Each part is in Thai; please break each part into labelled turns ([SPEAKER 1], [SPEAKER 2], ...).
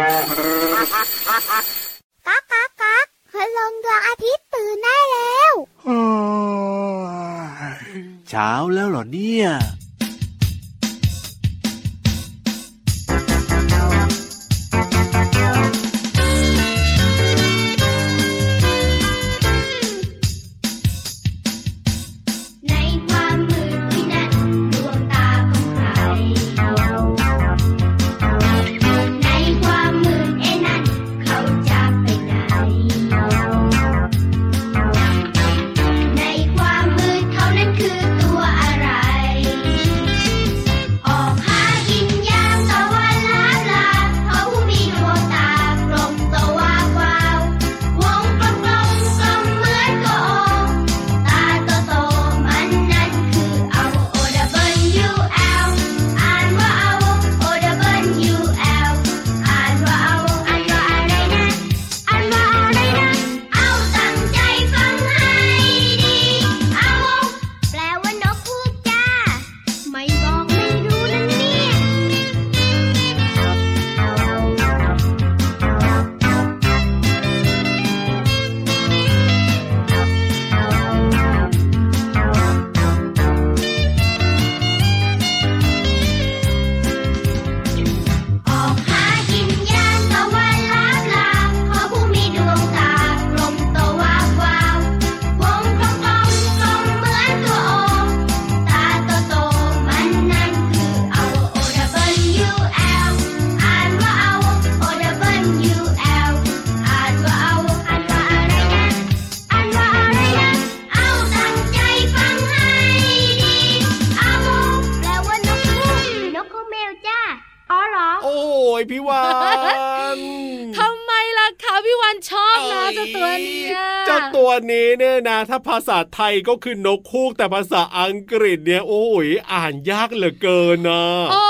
[SPEAKER 1] ก๊ากก๊ากก๊ากคืนลงดวงอาทิตย์ตื่นได้แล้ว
[SPEAKER 2] เช้าแล้วเหรอเนี่ย
[SPEAKER 3] พี่วาน
[SPEAKER 4] ทำไมล่ะคะพี่วานชอบนะเจ้าตัวนี้
[SPEAKER 3] เจ้าตัวนี้เนี่ยนะถ้าภาษาไทยก็คือนกฮูกแต่ภาษาอังกฤษเนี่ยโอ้ยอ่านยากเหลือเกินนะ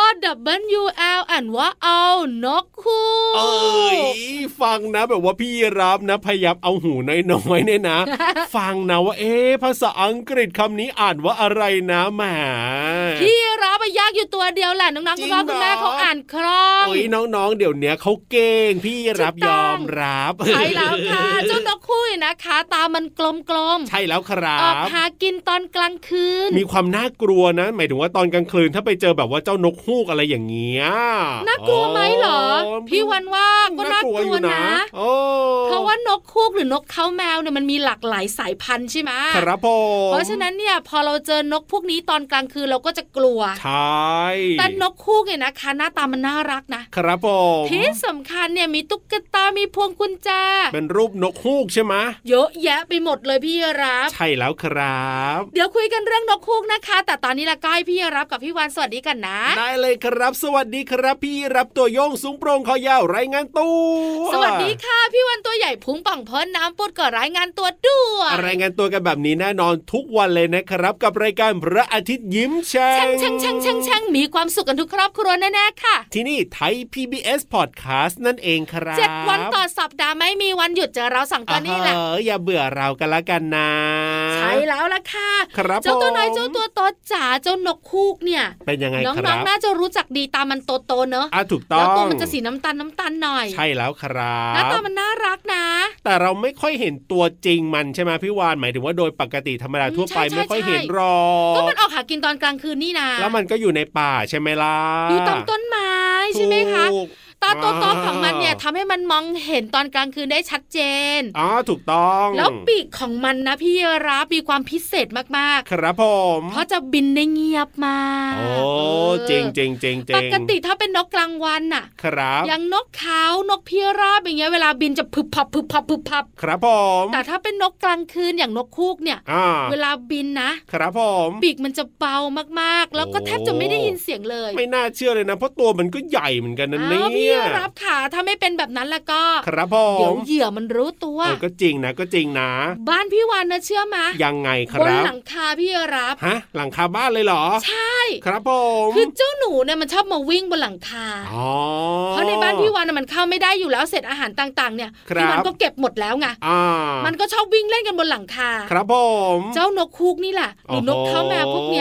[SPEAKER 4] OWL อ่านว่าเอานกฮูก
[SPEAKER 3] ฟังนะแบบว่าพี่รับนะพยายามเอาหูน้อยๆเนี่ยนะ ฟังนะว่าภาษาอังกฤษคำนี้อ่านว่าอะไรนะแหม
[SPEAKER 4] พี่รับยากอยู่ตัวเดียวแหละน้องๆคุณพ่อคุณแม่เขาอ่านคล่อง
[SPEAKER 3] น้องๆเดี๋ยวนี้เขาเก่งพี่รับยอมรับ
[SPEAKER 4] ใช่แล้วค่ะเจ้านกฮูกนะคะตามันกลม
[SPEAKER 3] ๆใช่แล้วครับ
[SPEAKER 4] ออกหากินตอนกลางคืน
[SPEAKER 3] มีความน่ากลัวนะหมายถึงว่าตอนกลางคืนถ้าไปเจอแบบว่าเจ้านกฮูกอะไรอย่างเงี้ย
[SPEAKER 4] น่ากลัวไหมเหรอพี่วันว่าก็น่ากลัวนะเพราะว่านกฮูกหรือนกเขาแมวเนี่ยมันมีหลากหลายสายพันธุ์ใช่ไหม
[SPEAKER 3] ครับผม
[SPEAKER 4] เพราะฉะนั้นเนี่ยพอเราเจอนกพวกนี้ตอนกลางคืนเราก็จะกลัว
[SPEAKER 3] ใช่
[SPEAKER 4] แต่นกฮูกเนี่ยนะคะหน้าตามันน่ารักนะครับ
[SPEAKER 3] ผม
[SPEAKER 4] ที่สำคัญเนี่ยมีตุ๊กตามีพวงกุญแจ
[SPEAKER 3] เป็นรูปนกฮูกใช่ไหม
[SPEAKER 4] เยอะแยะไปหมดเลยพี่รับ
[SPEAKER 3] ใช่แล้วครับ
[SPEAKER 4] เดี๋ยวคุยกันเรื่องนกฮูกนะคะแต่ตอนนี้ละก้อยพี่รับกับพี่วานสวัสดีกันนะ
[SPEAKER 3] ได้เลยครับสวัสดีครับพี่รับตัวโยงสูงโปร่งคอยาวรายงานตัว
[SPEAKER 4] สวัสดีค่ะพี่วานตัวใหญ่พุงป่องพ้นน้ำปุดก็รายงานตัวด้วย
[SPEAKER 3] รายงานตัวกันแบบนี้แน่นอนทุกวันเลยนะครับกับรายการพระอาทิตย์ยิ้มแฉ่ง
[SPEAKER 4] ช่างมีความสุขกันทุกครอบครัวแน่ๆค่ะ
[SPEAKER 3] ที่นี่ไทย PBS Podcast นั่นเองครับ
[SPEAKER 4] 7 วันต่อสัปดาห์ไม่มีวันหยุดเจอเรา2ตัวนี้แหละ
[SPEAKER 3] อย่าเบื่อเรากันละกันนะ
[SPEAKER 4] ใช่แล้วล่ะค่ะ
[SPEAKER 3] ครับ
[SPEAKER 4] เจ้าตัวน้อยเจ้าตัวโตจ๋าเจ้านกฮูกเนี่ย
[SPEAKER 3] เป็นยังไงครับ
[SPEAKER 4] น้องๆน่าจะรู้จักดีตามันโตๆเนอะ
[SPEAKER 3] ถูกต้อง
[SPEAKER 4] แล้วตัวมันจะสีน้ำตาลหน่อย
[SPEAKER 3] ใช่แล้วครับ
[SPEAKER 4] หน้าตามันน่ารักนะ
[SPEAKER 3] แต่เราไม่ค่อยเห็นตัวจริงมันใช่ไหมพี่วานหมายถึงว่าโดยปกติธรรมดาทั่วไปไม่ค่อยเห็นหรอก
[SPEAKER 4] ก็มันออกหากินตอนกลางคืนนี่นะ
[SPEAKER 3] แล้วมันก็อยู่ในป่าใช่ไหมล่ะ
[SPEAKER 4] อยู่ตามต้นไม้ใช่ไหมคะตาโตๆของมันเนี่ยทำให้มันมองเห็นตอนกลางคืนได้ชัดเจน
[SPEAKER 3] ถูกต้อง
[SPEAKER 4] แล้วปีกของมันนะพี่รับมีความพิเศษมาก
[SPEAKER 3] ๆครับผม
[SPEAKER 4] เพราะจะบินได้เงียบมาก
[SPEAKER 3] จริง
[SPEAKER 4] ปกติถ้าเป็นนกกลางวันน่ะ
[SPEAKER 3] ครับ
[SPEAKER 4] อย่างนกเขานกพิราบอย่างเงี้ยเวลาบินจะพึบพับ
[SPEAKER 3] ครับผม
[SPEAKER 4] แต่ถ้าเป็นนกกลางคืนอย่างนกฮูกเนี่ยเวลาบินนะครับ
[SPEAKER 3] ผม
[SPEAKER 4] ปีกมันจะเบามากๆแล้วก็แทบจะไม่ได้ยินเสียงเลย
[SPEAKER 3] ไม่น่าเชื่อเลยนะเพราะตัวมันก็ใหญ่เหมือนกันนะเนี่ย
[SPEAKER 4] พี่รับค่ะถ้าไม่เป็นแบบนั้นแล้วก็
[SPEAKER 3] ครับผม
[SPEAKER 4] เดี๋ยวเหยื่อมันรู้ตัว
[SPEAKER 3] ก็จริงนะ
[SPEAKER 4] บ้านพี่วานนะเชื่อไหม
[SPEAKER 3] ยังไงครับ
[SPEAKER 4] บนหลังคาพี่รับ
[SPEAKER 3] หลังคาบ้านเลยเหรอ
[SPEAKER 4] ใช่
[SPEAKER 3] ครับผม
[SPEAKER 4] คือเจ้าหนูเนี่ยมันชอบมาวิ่งบนหลังคาเพราะในบ้านพี่วานมันเข้าไม่ได้อยู่แล้วเศษอาหารต่างๆเนี่ยพี่วานก็เก็บหมดแล้วไงมันก็ชอบวิ่งเล่นกันบนหลังคา
[SPEAKER 3] ครับผม
[SPEAKER 4] เจ้านกฮูกนี่แหละหรือนกเขาแมวพวกเนี้ย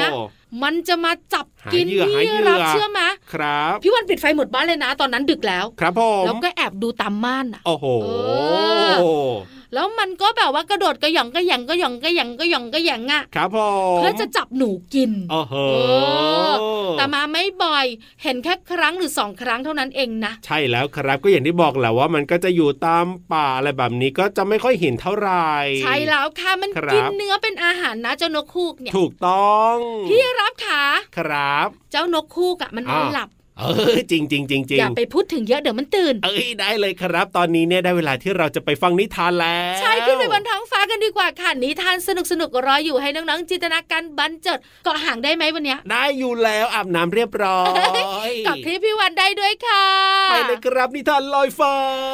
[SPEAKER 4] มันจะมาจับกินพี่รับเชื่อไหม
[SPEAKER 3] ครับ
[SPEAKER 4] พี่วันปิดไฟหมดบ้านเลยนะตอนนั้นดึกแล้ว
[SPEAKER 3] ครับผม
[SPEAKER 4] แล้วก็แอบดูตามม่านอ่ะ
[SPEAKER 3] โอ้โห
[SPEAKER 4] แล้วมันก็แบบว่ากระโดดกระหย่องกระแยงอ่ะ
[SPEAKER 3] ครับผม
[SPEAKER 4] เพื่อจะจับหนูกิน
[SPEAKER 3] โอ้โห
[SPEAKER 4] แต่มาไม่บ่อยเห็นแค่ครั้งหรือ2ครั้งเท่านั้นเองนะ
[SPEAKER 3] ใช่แล้วครับก็อย่างที่บอกแหละว่ามันก็จะอยู่ตามป่าอะไรแบบนี้ก็จะไม่ค่อยเห็นเท่าไหร่
[SPEAKER 4] ใช่แล้วค่ะมันกินเนื้อเป็นอาหารนะเจ้านกฮูกเนี่ย
[SPEAKER 3] ถูกต้อง
[SPEAKER 4] พี่รับขา
[SPEAKER 3] ครับ
[SPEAKER 4] เจ้านกฮูกอ่ะมันนอนหลับ
[SPEAKER 3] จริง
[SPEAKER 4] อย่าไปพูดถึงเยอะเดี๋ยวมันตื่น
[SPEAKER 3] ได้เลยครับตอนนี้เนี่ยได้เวลาที่เราจะไปฟังนิทานแล้ว
[SPEAKER 4] ใช่ขึ้นไปบนท้องฟ้ากันดีกว่าค่ะนิทานสนุกรออยู่ให้น้องๆจินตนาการบันเจิดเกาะหางได้ไหมวันนี้
[SPEAKER 3] ได้อยู่แล้วอาบน้ำเรียบร้อย
[SPEAKER 4] กับพี่วันได้ด้วยค่ะ
[SPEAKER 3] ไปเลยครับนิทานลอยฟ้า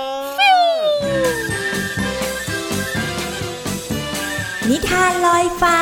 [SPEAKER 5] นิทานลอยฟ้า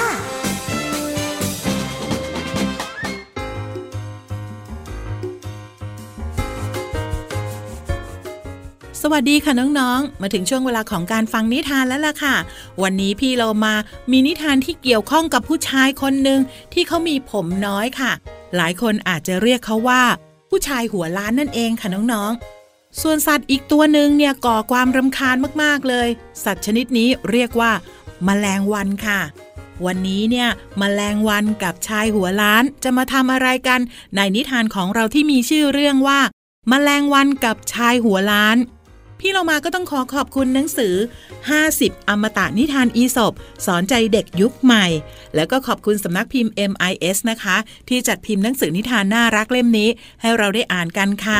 [SPEAKER 6] สวัสดีค่ะน้องๆมาถึงช่วงเวลาของการฟังนิทานแล้วล่ะค่ะวันนี้พี่เรามามีนิทานที่เกี่ยวข้องกับผู้ชายคนหนึ่งที่เขามีผมน้อยค่ะหลายคนอาจจะเรียกเขาว่าผู้ชายหัวล้านนั่นเองค่ะน้องๆส่วนสัตว์อีกตัวหนึ่งเนี่ยก่อความรำคาญมากๆเลยสัตว์ชนิดนี้เรียกว่าแมลงวันค่ะวันนี้เนี่ยแมลงวันกับชายหัวล้านจะมาทำอะไรกันในนิทานของเราที่มีชื่อเรื่องว่าแมลงวันกับชายหัวล้านพี่เรามาก็ต้องขอบคุณหนังสือ50อมตะนิทานอีสปสอนใจเด็กยุคใหม่แล้วก็ขอบคุณสำนักพิมพ์ MIS นะคะที่จัดพิมพ์หนังสือนิทานน่ารักเล่มนี้ให้เราได้อ่านกันค่ะ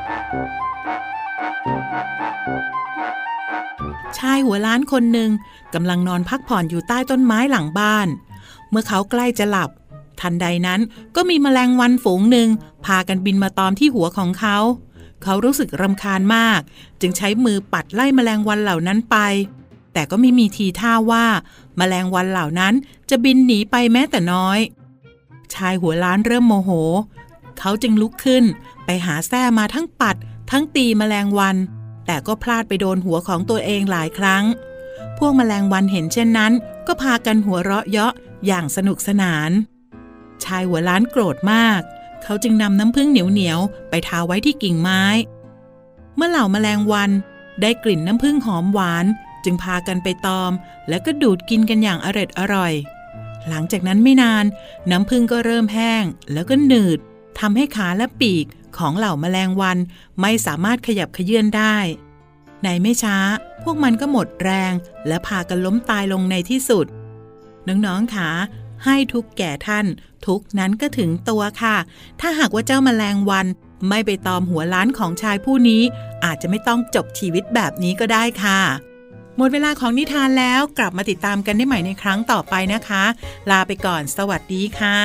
[SPEAKER 6] ชายหัวล้านคนหนึ่งกำลังนอนพักผ่อนอยู่ใต้ต้นไม้หลังบ้านเมื่อเขาใกล้จะหลับทันใดนั้นก็มีแมลงวันฝูงหนึ่งพากันบินมาตอมที่หัวของเขารู้สึกรำคาญมากจึงใช้มือปัดไล่แมลงวันเหล่านั้นไปแต่ก็ไม่มีทีท่าว่าแมลงวันเหล่านั้นจะบินหนีไปแม้แต่น้อยชายหัวล้านเริ่มโมโหเขาจึงลุกขึ้นไปหาแส้มาทั้งปัดทั้งตีแมลงวันแต่ก็พลาดไปโดนหัวของตัวเองหลายครั้งพวกแมลงวันเห็นเช่นนั้นก็พากันหัวเราะเยาะอย่างสนุกสนานชายหัวล้านโกรธมากเขาจึงนำน้ำผึ้งเหนียวๆไปทาไว้ที่กิ่งไม้เมื่อเหล่าแมลงวันได้กลิ่นน้ำผึ้งหอมหวานจึงพากันไปตอมแล้วก็ดูดกินกันอย่างอร่อยหลังจากนั้นไม่นานน้ำผึ้งก็เริ่มแห้งแล้วก็หนืดทำให้ขาและปีกของเหล่าแมลงวันไม่สามารถขยับเขยื้อนได้ในไม่ช้าพวกมันก็หมดแรงและพากันล้มตายลงในที่สุดน้องๆค่ะให้ทุกแก่ท่านทุกนั้นก็ถึงตัวค่ะถ้าหากว่าเจ้าแมลงวันไม่ไปตอมหัวล้านของชายผู้นี้อาจจะไม่ต้องจบชีวิตแบบนี้ก็ได้ค่ะหมดเวลาของนิทานแล้วกลับมาติดตามกันได้ใหม่ในครั้งต่อไปนะคะลาไปก่อนสวัสดีค่ะ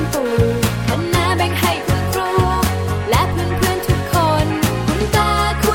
[SPEAKER 7] คุณ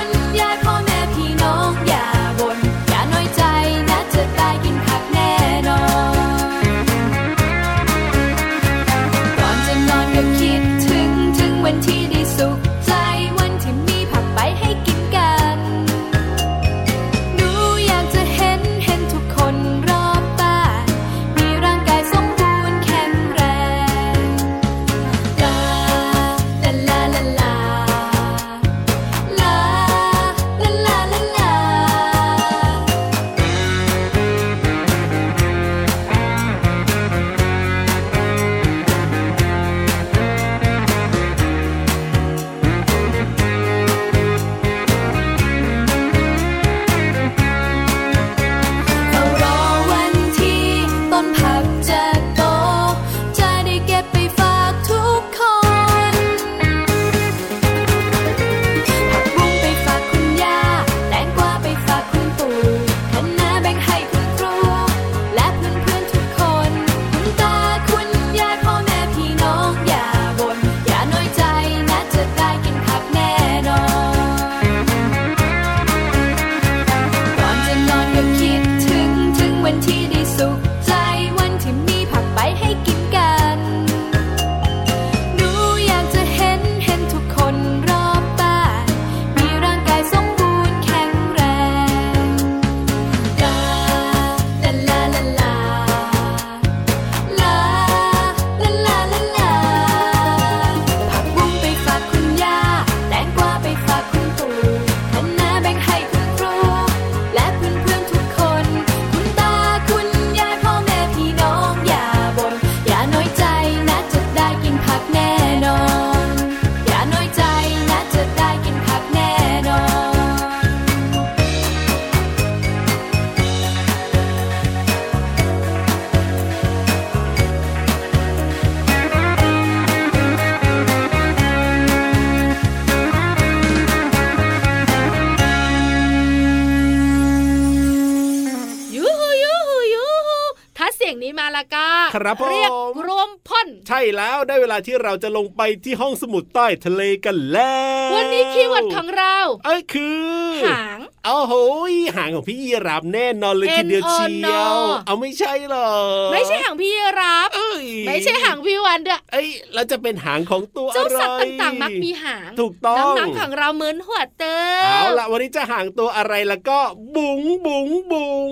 [SPEAKER 4] แล้วก็
[SPEAKER 3] ครับผม
[SPEAKER 4] เรียกรวมพ่น
[SPEAKER 3] ใช่แล้วได้เวลาที่เราจะลงไปที่ห้องสมุดใต้ทะเลกันแล้ว
[SPEAKER 4] วันนี้คีย์เวิร์ดของเรา
[SPEAKER 3] คือ
[SPEAKER 4] หาง
[SPEAKER 3] โอ้โหหางของพี่ยีราฟแน่นอนเลยทีเดียวเชียวเอาไม่ใช่หรอ
[SPEAKER 4] ไม่ใช่หางพี่ยีราฟไม่ใช่หางพี่วันด้วย
[SPEAKER 3] เราจะเป็นหางของตัวอะไร
[SPEAKER 4] เจ้าสัตว์ต่างๆมักมีหาง
[SPEAKER 3] ถูกต้อง
[SPEAKER 4] น้องๆของเราเหมือนหัวเต๋อ
[SPEAKER 3] เอาล่ะวันนี้จะหางตัวอะไรแล้วก็บุ๋งบุ๋งบุ๋ง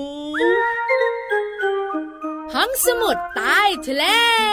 [SPEAKER 4] ห้องสมุดใต้ทะเล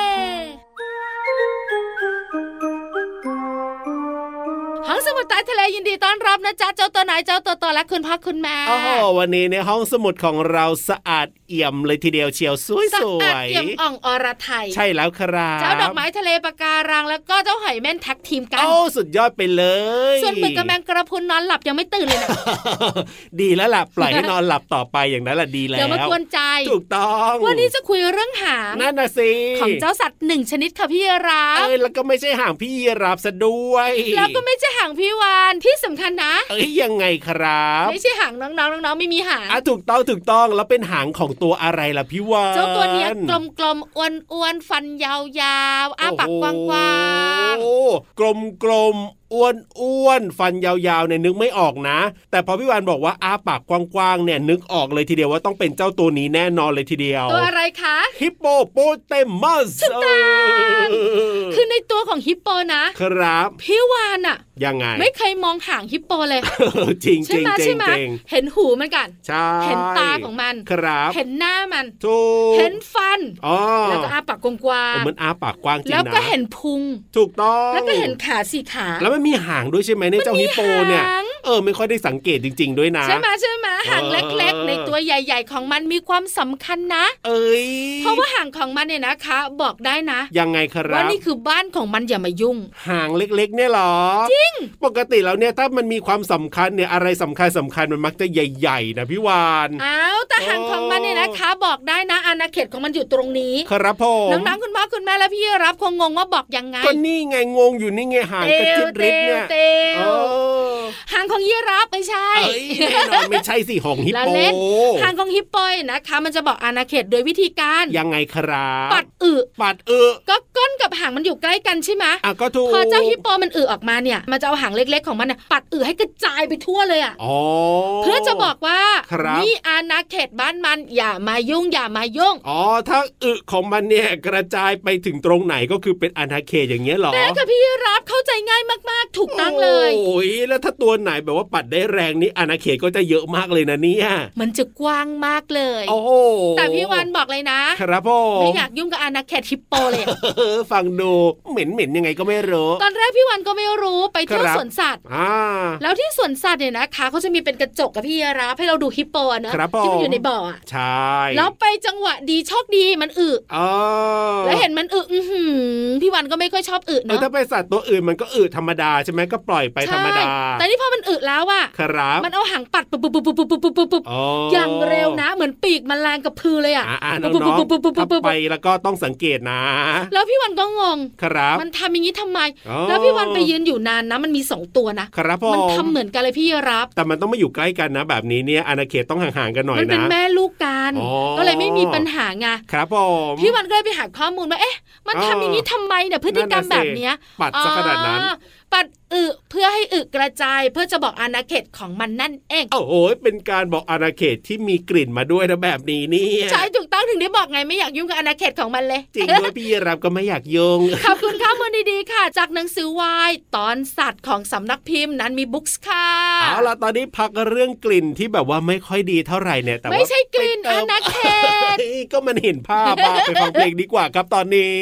[SPEAKER 4] ห้องสมุดใต้ทะเลยินดีต้อนรับนะจ๊ะเจ้าตัวไหนเจ้าตัวต่อและคุณพ่อคุณแม่
[SPEAKER 3] โอ้โหวันนี้ในห้องสมุดของเราสะอาดเอี่ยมเลยทีเดียวเชียวสวยๆสะ
[SPEAKER 4] อาดเอี่ยมอ่องอรไทย
[SPEAKER 3] ใช่แล้วครับ
[SPEAKER 4] เจ้าดอกไม้ทะเลปะการังแล้วก็เจ้าหอยแม่นแท็กทีมกัน
[SPEAKER 3] โอ้สุดยอดไปเลย
[SPEAKER 4] ส่วนหมึกกับแมงกระพุนนอนหลับยังไม่ตื่นเลยนะ
[SPEAKER 3] ดีแล้วล่ะปล่อยให้นอนหลับต่อไปอย่างนั้นแหละดีแล้ว
[SPEAKER 4] เดี๋ยวมากวนใจ
[SPEAKER 3] ถูกต้อง
[SPEAKER 4] วันนี้จะคุยเรื่องหาง
[SPEAKER 3] นั่นน่ะสิ
[SPEAKER 4] ของเจ้าสัตว์1ชนิดค่ะพี่ราฟ
[SPEAKER 3] แล้วก็ไม่ใช่หางพี่ราฟซะด้วย
[SPEAKER 4] แล้วก็ไม่ใช่หางพี่วานที่สำคัญนะ
[SPEAKER 3] ยังไงครับ
[SPEAKER 4] ไม่ใช่หางน้องๆไม่มีหาง
[SPEAKER 3] ถูกต้องแล้วเป็นหางของตัวอะไรล่ะพี่วาน
[SPEAKER 4] เจ้าตัวนี้กลมๆอ้วนๆฟันยาวๆอ้าปากกว้าง
[SPEAKER 3] ๆกลมอ้วนฟันยาวๆเนี่ยนึกไม่ออกนะแต่พอพี่วานบอกว่าอ้าปากกว้างๆเนี่ยนึกออกเลยทีเดียวว่าต้องเป็นเจ้าตัวนี้แน่นอนเลยทีเดียว
[SPEAKER 4] ตัวอะไรคะ
[SPEAKER 3] ฮิปโปโปเตมัส
[SPEAKER 4] คือในตัวของฮิปโปนะครับพี่วานอะ
[SPEAKER 3] ยังไง
[SPEAKER 4] ไม่เคยมองหางฮิปโปเลย
[SPEAKER 3] จริง
[SPEAKER 4] ใช่ไหมเห็นหูมันกันเห็นตาของมันเห็นหน้ามันเห็นฟันแล้วก็อ้าปากกว้าง
[SPEAKER 3] ๆมันอ้าปากกว้างจริงนะ
[SPEAKER 4] แล้วก็เห็นพุง
[SPEAKER 3] ถูกต้อง
[SPEAKER 4] แล้วก็เห็นขา4ขา
[SPEAKER 3] แล้วมันมีหางด้วยใช่ไหมในเจ้าฮิปโปเนี่ยไม่ค่อยได้สังเกตจริงๆด้วยนะ
[SPEAKER 4] ใช่ไหมหางเล็กๆในตัวใหญ่ๆของมันมีความสำคัญนะเพราะว่าหางของมันเนี่ยนะคะบอกได้นะ
[SPEAKER 3] ยังไงครับ
[SPEAKER 4] ว่านี่คือบ้านของมันอย่ามายุ่ง
[SPEAKER 3] หางเล็กๆเนี่ยหรอ
[SPEAKER 4] จริง
[SPEAKER 3] ปกติแล้วเนี่ยถ้ามันมีความสำคัญเนี่ยอะไรสำคัญมันมักจะใหญ่ๆนะพี่วาน
[SPEAKER 4] แต่หางของมันเนี่ยนะคะบอกได้นะอาณาเขตของมันอยู่ตรงนี้
[SPEAKER 3] ครับผม
[SPEAKER 4] น้องๆคุณพ่อคุณแม่และพี่รับคงงงว่าบอกยังไง
[SPEAKER 3] ก็นี่ไงงงอยู่นี่ไงหางกระจิบริบเนี่ย
[SPEAKER 4] หางของยีราฟไม่ใช่
[SPEAKER 3] แน่นอนไม่ใช่สิของฮิปโป
[SPEAKER 4] หางของฮิปโปนะคะมันจะบอกอาณาเขตโดยวิธีการ
[SPEAKER 3] ยังไงครับ
[SPEAKER 4] ปัดก็ก้นกับหางมันอยู่ใกล้กันใช่ไหม
[SPEAKER 3] ก็ถูก
[SPEAKER 4] พอเจ้าฮิปโปมันออกมาเนี่ยมันจะเอาหางเล็กๆของมันปัดให้กระจายไปทั่วเลยเพื่อจะบอกว่านี่อาณาเขตบ้านมันอย่ามายุ่ง
[SPEAKER 3] ถ้าของมันเนี่ยกระจายไปถึงตรงไหนก็คือเป็นอาณาเขตอย่างเงี้ยหรอ
[SPEAKER 4] แม่กับพี่รับเข้าใจง่ายมากๆถูกต้องเลย
[SPEAKER 3] โอ้ยแล้วถ้าตัวไหนแบบว่าปัดได้แรงนี่อาณาเขตก็จะเยอะมากเลยนะเนี่ย
[SPEAKER 4] มันจะกว้างมากเลยแต่พี่วันบอกเลยนะครับ
[SPEAKER 3] ผม
[SPEAKER 4] ไม่อยากยุ่งกับอาณาเขตฮิปโปเลย
[SPEAKER 3] ฟังดูเหม็นยังไงก็ไม่รู้
[SPEAKER 4] ตอนแรกพี่วันก็ไม่รู้ไปเที่ยวสวนสัตว์แล้วที่สวนสัตว์เนี่ยนะคะเขาจะมีเป็นกระจกกับพี่รับให้เราดูฮิปโปนะที่มันอยู่ในบ่อ
[SPEAKER 3] ใช่
[SPEAKER 4] แล้วไปจังหวะดีโชคดีมันแล้วเห็นมันพี่วันก็ไม่ค่อยชอบเนาะ
[SPEAKER 3] ถ้าไปสัตว์ตัวอื่นมันก็ธรรมดาใช่ไหมก็ปล่อยไปธรรมดา
[SPEAKER 4] แต่นี่พอมันแล้วอะมันเอาหางปัดปุ๊บอย่างเร็วนะเหมือนปีกแมลงกระพือเลยอะ
[SPEAKER 3] น้องๆไปแล้วก็ต้องสังเกตนะ
[SPEAKER 4] แล้วพี่วันก็งง
[SPEAKER 3] มั
[SPEAKER 4] นทำอย่างนี้ทำไมแล้วพี่วันไปยืนอยู่นานนะมันมี2ตัวนะมันทำเหมือนกันเลยพี่รับ
[SPEAKER 3] แต่มันต้องไม่อยู่ใกล้กันนะแบบนี้เนี่ยอาณาเขตต้องห่างๆกันหน่อยนะ
[SPEAKER 4] มันเป็นแม่ลูกกันก็เลยไม่มีปัญหาไง
[SPEAKER 3] ครับผม
[SPEAKER 4] พี่วันก็เลยไปหาข้อมูลว่ามันทำอย่างนี้ทำไมเนี่ยพฤติกรรมแบบนี้
[SPEAKER 3] ปัดซะขนาดนั้น
[SPEAKER 4] ปัดเพื่อให้กระจายเพื่อจะบอกอาณาเขตของมันนั่นเอง
[SPEAKER 3] โอ้โหเป็นการบอกอาณาเขตที่มีกลิ่นมาด้วยนะแบบนี้นี่
[SPEAKER 4] ใช่ถูกต้องถึงได้บอกไงไม่อยากยุ่งกับอาณาเขตของมันเลย
[SPEAKER 3] จริงด้วยพี่รับก็ไม่อยากยุ่ง
[SPEAKER 4] ขอบคุณข้อมูลดีๆค่ะจากหนังสือวายตอนสัตว์ของสำนักพิมพ์นั้นมีบุ๊กส์ค่ะ
[SPEAKER 3] เอาล่ะตอนนี้พักเรื่องกลิ่นที่แบบว่าไม่ค่อยดีเท่าไหร่เนี่ยแต่ว่า
[SPEAKER 4] ไม่ใช่กลิ่นอาณาเขต
[SPEAKER 3] ก็มันเห็นภาพไปฟังเพลงดีกว่าครับตอนนี้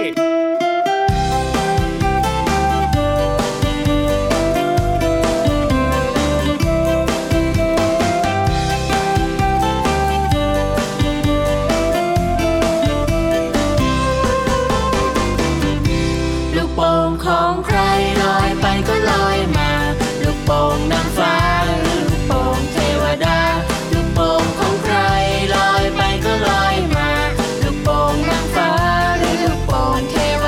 [SPEAKER 7] ของใครลอยไปก็ลอยมาลูกโป่งนางฟ้าหรือลูกโป่งเทวดาลูกโป่งของใครลอยไปก็ลอยมาลูกโป่งนางฟ้าหรือลูกโป่งเทว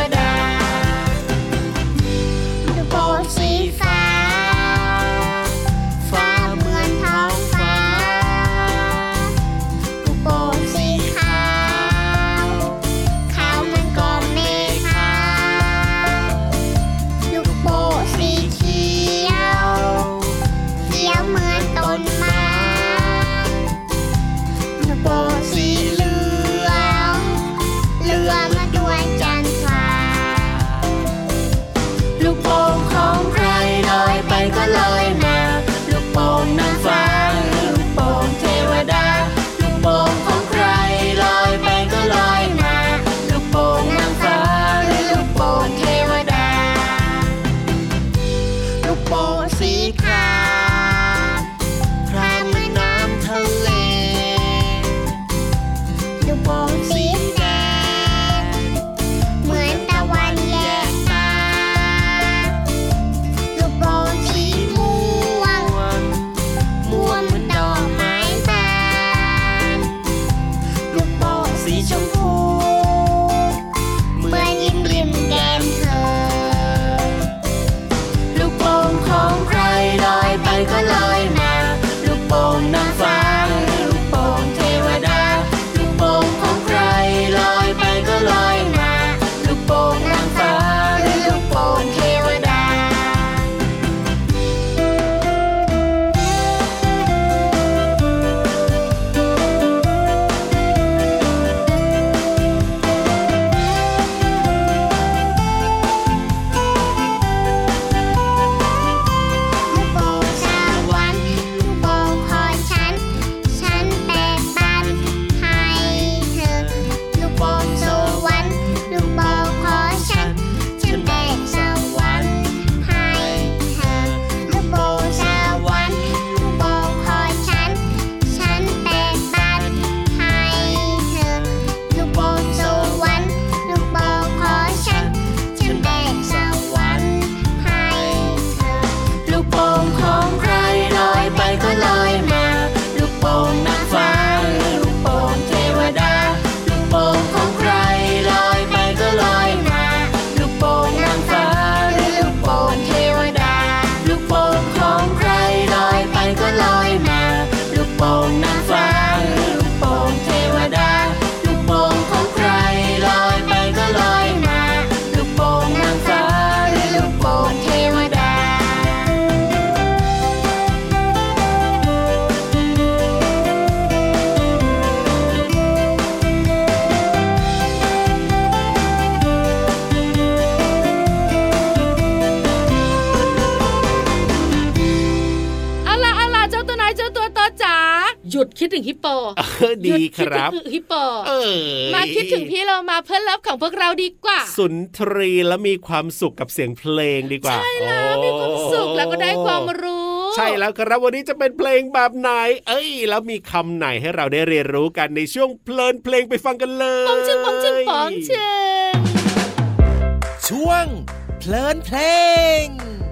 [SPEAKER 4] หยุดคิดถึงฮิปโป
[SPEAKER 3] ดีครับ
[SPEAKER 4] หยุดคิดถึงฮิปโปมาคิดถึงพี่เรามาเพื่อนเลิฟของพวกเราดีกว่า
[SPEAKER 3] สุนทรีแล้วมีความสุขกับเสียงเพลงดีกว่า
[SPEAKER 4] ใช่แล้วมีความสุขแล้วก็ได้ความรู้
[SPEAKER 3] ใช่แล้วครับวันนี้จะเป็นเพลงแบบไหนแล้วมีคำไหนให้เราได้เรียนรู้กันในช่วงเพลินเพลงไปฟังกันเลย
[SPEAKER 4] ปองชึงปองชึงปองชึง
[SPEAKER 8] ช่วงเพลินเพลง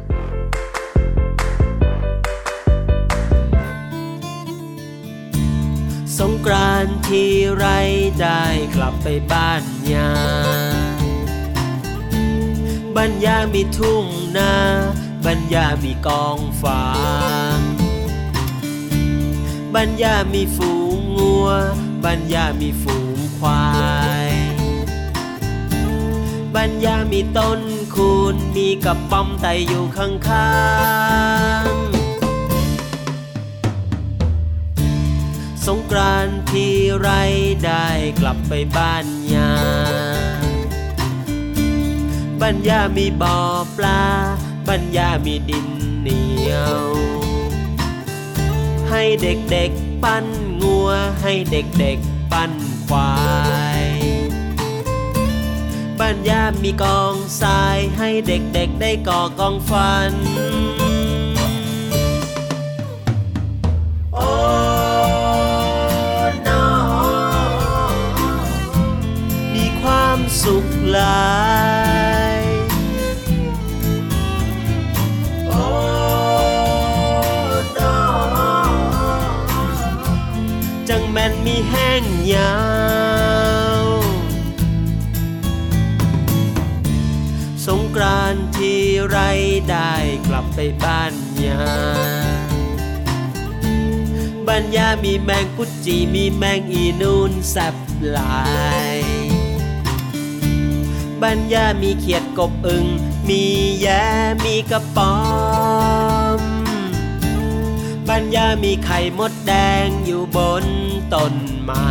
[SPEAKER 7] สงกรานต์ที่ไรได้กลับไปบ้านยาบ้านยามีทุ่งนาบ้านยามีกองฟางบ้านยามีฝูงงัวบ้านยามีฝูงควายบ้านยามีต้นคูนมีกระป๋อมไต่อยู่ข้างๆสงกรานต์ที่ไรได้กลับไปบ้านยาบ้านยามีบ่อปลาบ้านยามีดินเหนียวให้เด็กๆปั้นงัวให้เด็กๆปั้นควายบ้านยามีกองทรายให้เด็กๆได้ก่อกองฟันโอ้น้อมีความสุขหลายโอ้น้อจังแม่นมีแห้งยาวสงกรานต์ที่ไรได้กลับไปบ้านยาบ้านยามีแมงกุดจีมีแมงอีนูนแซ่บหลายบ้านยามีเขียดกบอึ่งมีแย้มีกระป๋อมบ้านยามีไข่มดแดงอยู่บนต้นไม้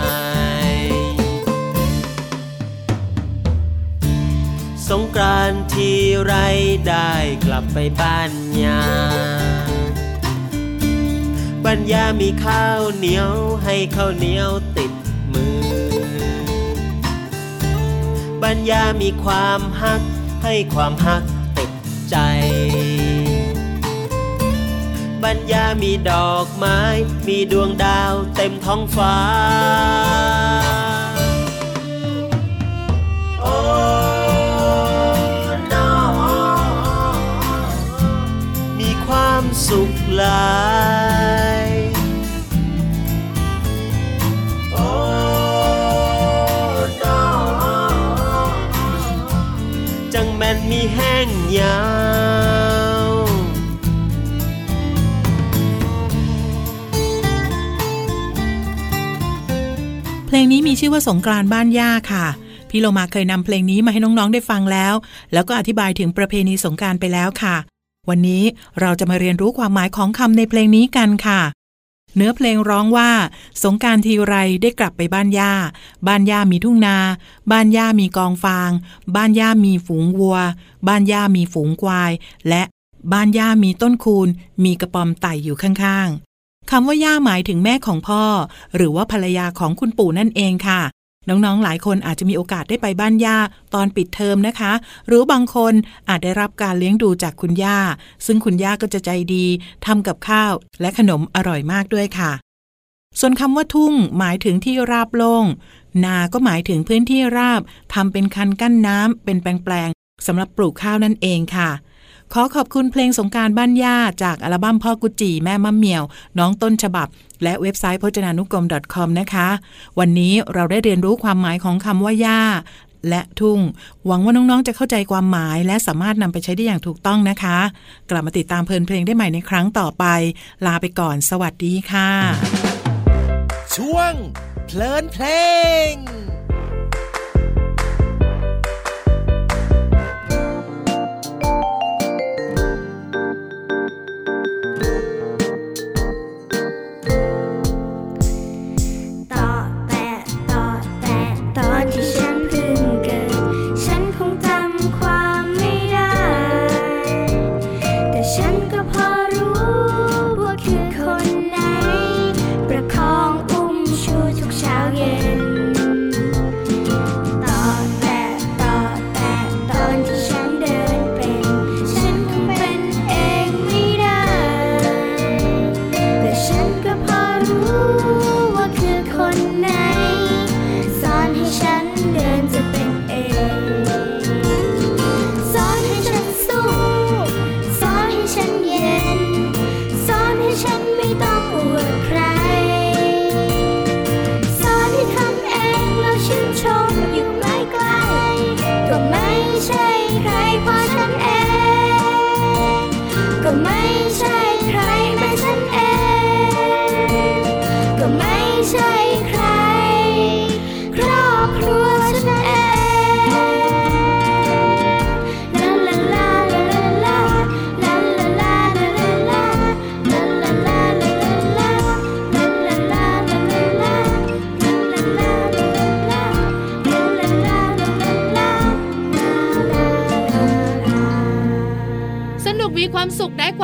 [SPEAKER 7] สงกรานต์ที่ไรได้กลับไปบ้านยาบ้านยามีข้าวเหนียวให้ข้าวเหนียวติดมือบ้านยามีความฮักให้ความฮักติดใจบ้านยามีดอกไม้มีดวงดาวเต็มท้องฟ้าโอ้ความสุขหลายโอ้น้อจังแม่นมีแห้งยาว
[SPEAKER 6] เพลงนี้มีชื่อว่าสงกรานต์บ้านย่าค่ะพี่โลมาเคยนำเพลงนี้มาให้น้องๆได้ฟังแล้วก็อธิบายถึงประเพณีสงกรานต์ไปแล้วค่ะวันนี้เราจะมาเรียนรู้ความหมายของคำในเพลงนี้กันค่ะเนื้อเพลงร้องว่าสงกรานต์ทีไรได้กลับไปบ้านย่าบ้านย่ามีทุ่งนาบ้านย่ามีกองฟางบ้านย่ามีฝูงวัวบ้านย่ามีฝูงควายและบ้านย่ามีต้นคูนมีกระป๋อมไต่อยู่ข้างๆคำว่าย่าหมายถึงแม่ของพ่อหรือว่าภรรยาของคุณปู่นั่นเองค่ะน้องๆหลายคนอาจจะมีโอกาสได้ไปบ้านย่าตอนปิดเทอมนะคะหรือบางคนอาจได้รับการเลี้ยงดูจากคุณย่าซึ่งคุณย่าก็จะใจดีทำกับข้าวและขนมอร่อยมากด้วยค่ะส่วนคำว่าทุ่งหมายถึงที่ราบโล่งนาก็หมายถึงพื้นที่ราบทำเป็นคันกั้นน้ำเป็นแปลงๆสำหรับปลูกข้าวนั่นเองค่ะขอขอบคุณเพลงสงกรานต์บ้านย่าจากอัลบั้มพ่อกุจิแม่มะเหมี่ยวน้องต้นฉบับและเว็บไซต์พจนานุกรม .com นะคะวันนี้เราได้เรียนรู้ความหมายของคำว่าย่าและทุ่งหวังว่าน้องๆจะเข้าใจความหมายและสามารถนำไปใช้ได้อย่างถูกต้องนะคะกลับมาติดตามเพลินเพลงได้ใหม่ในครั้งต่อไปลาไปก่อนสวัสดีค่ะ
[SPEAKER 8] ช่วงเพลินเพลง
[SPEAKER 1] ฉันก็พอรู้ว่าคือคนไหนประค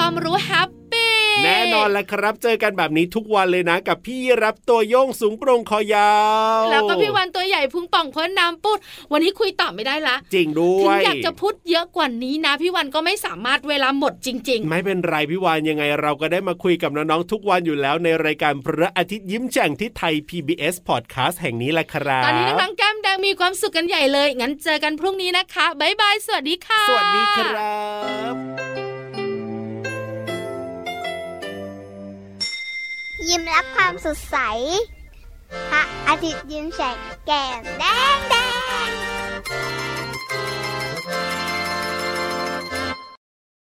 [SPEAKER 4] ความรู้แฮปปี้
[SPEAKER 3] แน่นอนแหละครับเจอกันแบบนี้ทุกวันเลยนะกับพี่รับตัวโยงสูงโปร่งคอยาว
[SPEAKER 4] แล้วก็พี่วันตัวใหญ่พุงป่องพ้นน้ำปุดวันนี้คุยต่อไม่ได้ละ
[SPEAKER 3] จริงด้วย
[SPEAKER 4] ถึงอยากจะพูดเยอะกว่านี้นะพี่วันก็ไม่สามารถเวลาหมดจริง
[SPEAKER 3] ๆไม่เป็นไรพี่วันยังไงเราก็ได้มาคุยกับน้องๆทุกวันอยู่แล้วในรายการพระอาทิตย์ยิ้มแฉ่งที่ไทย PBS Podcast แห่งนี้แหละครับ
[SPEAKER 4] ตอนนี้น้องๆแก้มแดงมีความสุขกันใหญ่เลยงั้นเจอกันพรุ่งนี้นะคะบ๊ายบายสวัสดีค่ะ
[SPEAKER 3] สวัสดีครับ
[SPEAKER 1] ยิ้มรับความสดใสพระอาทิตย์ยิ้มแฉกแก้มแดง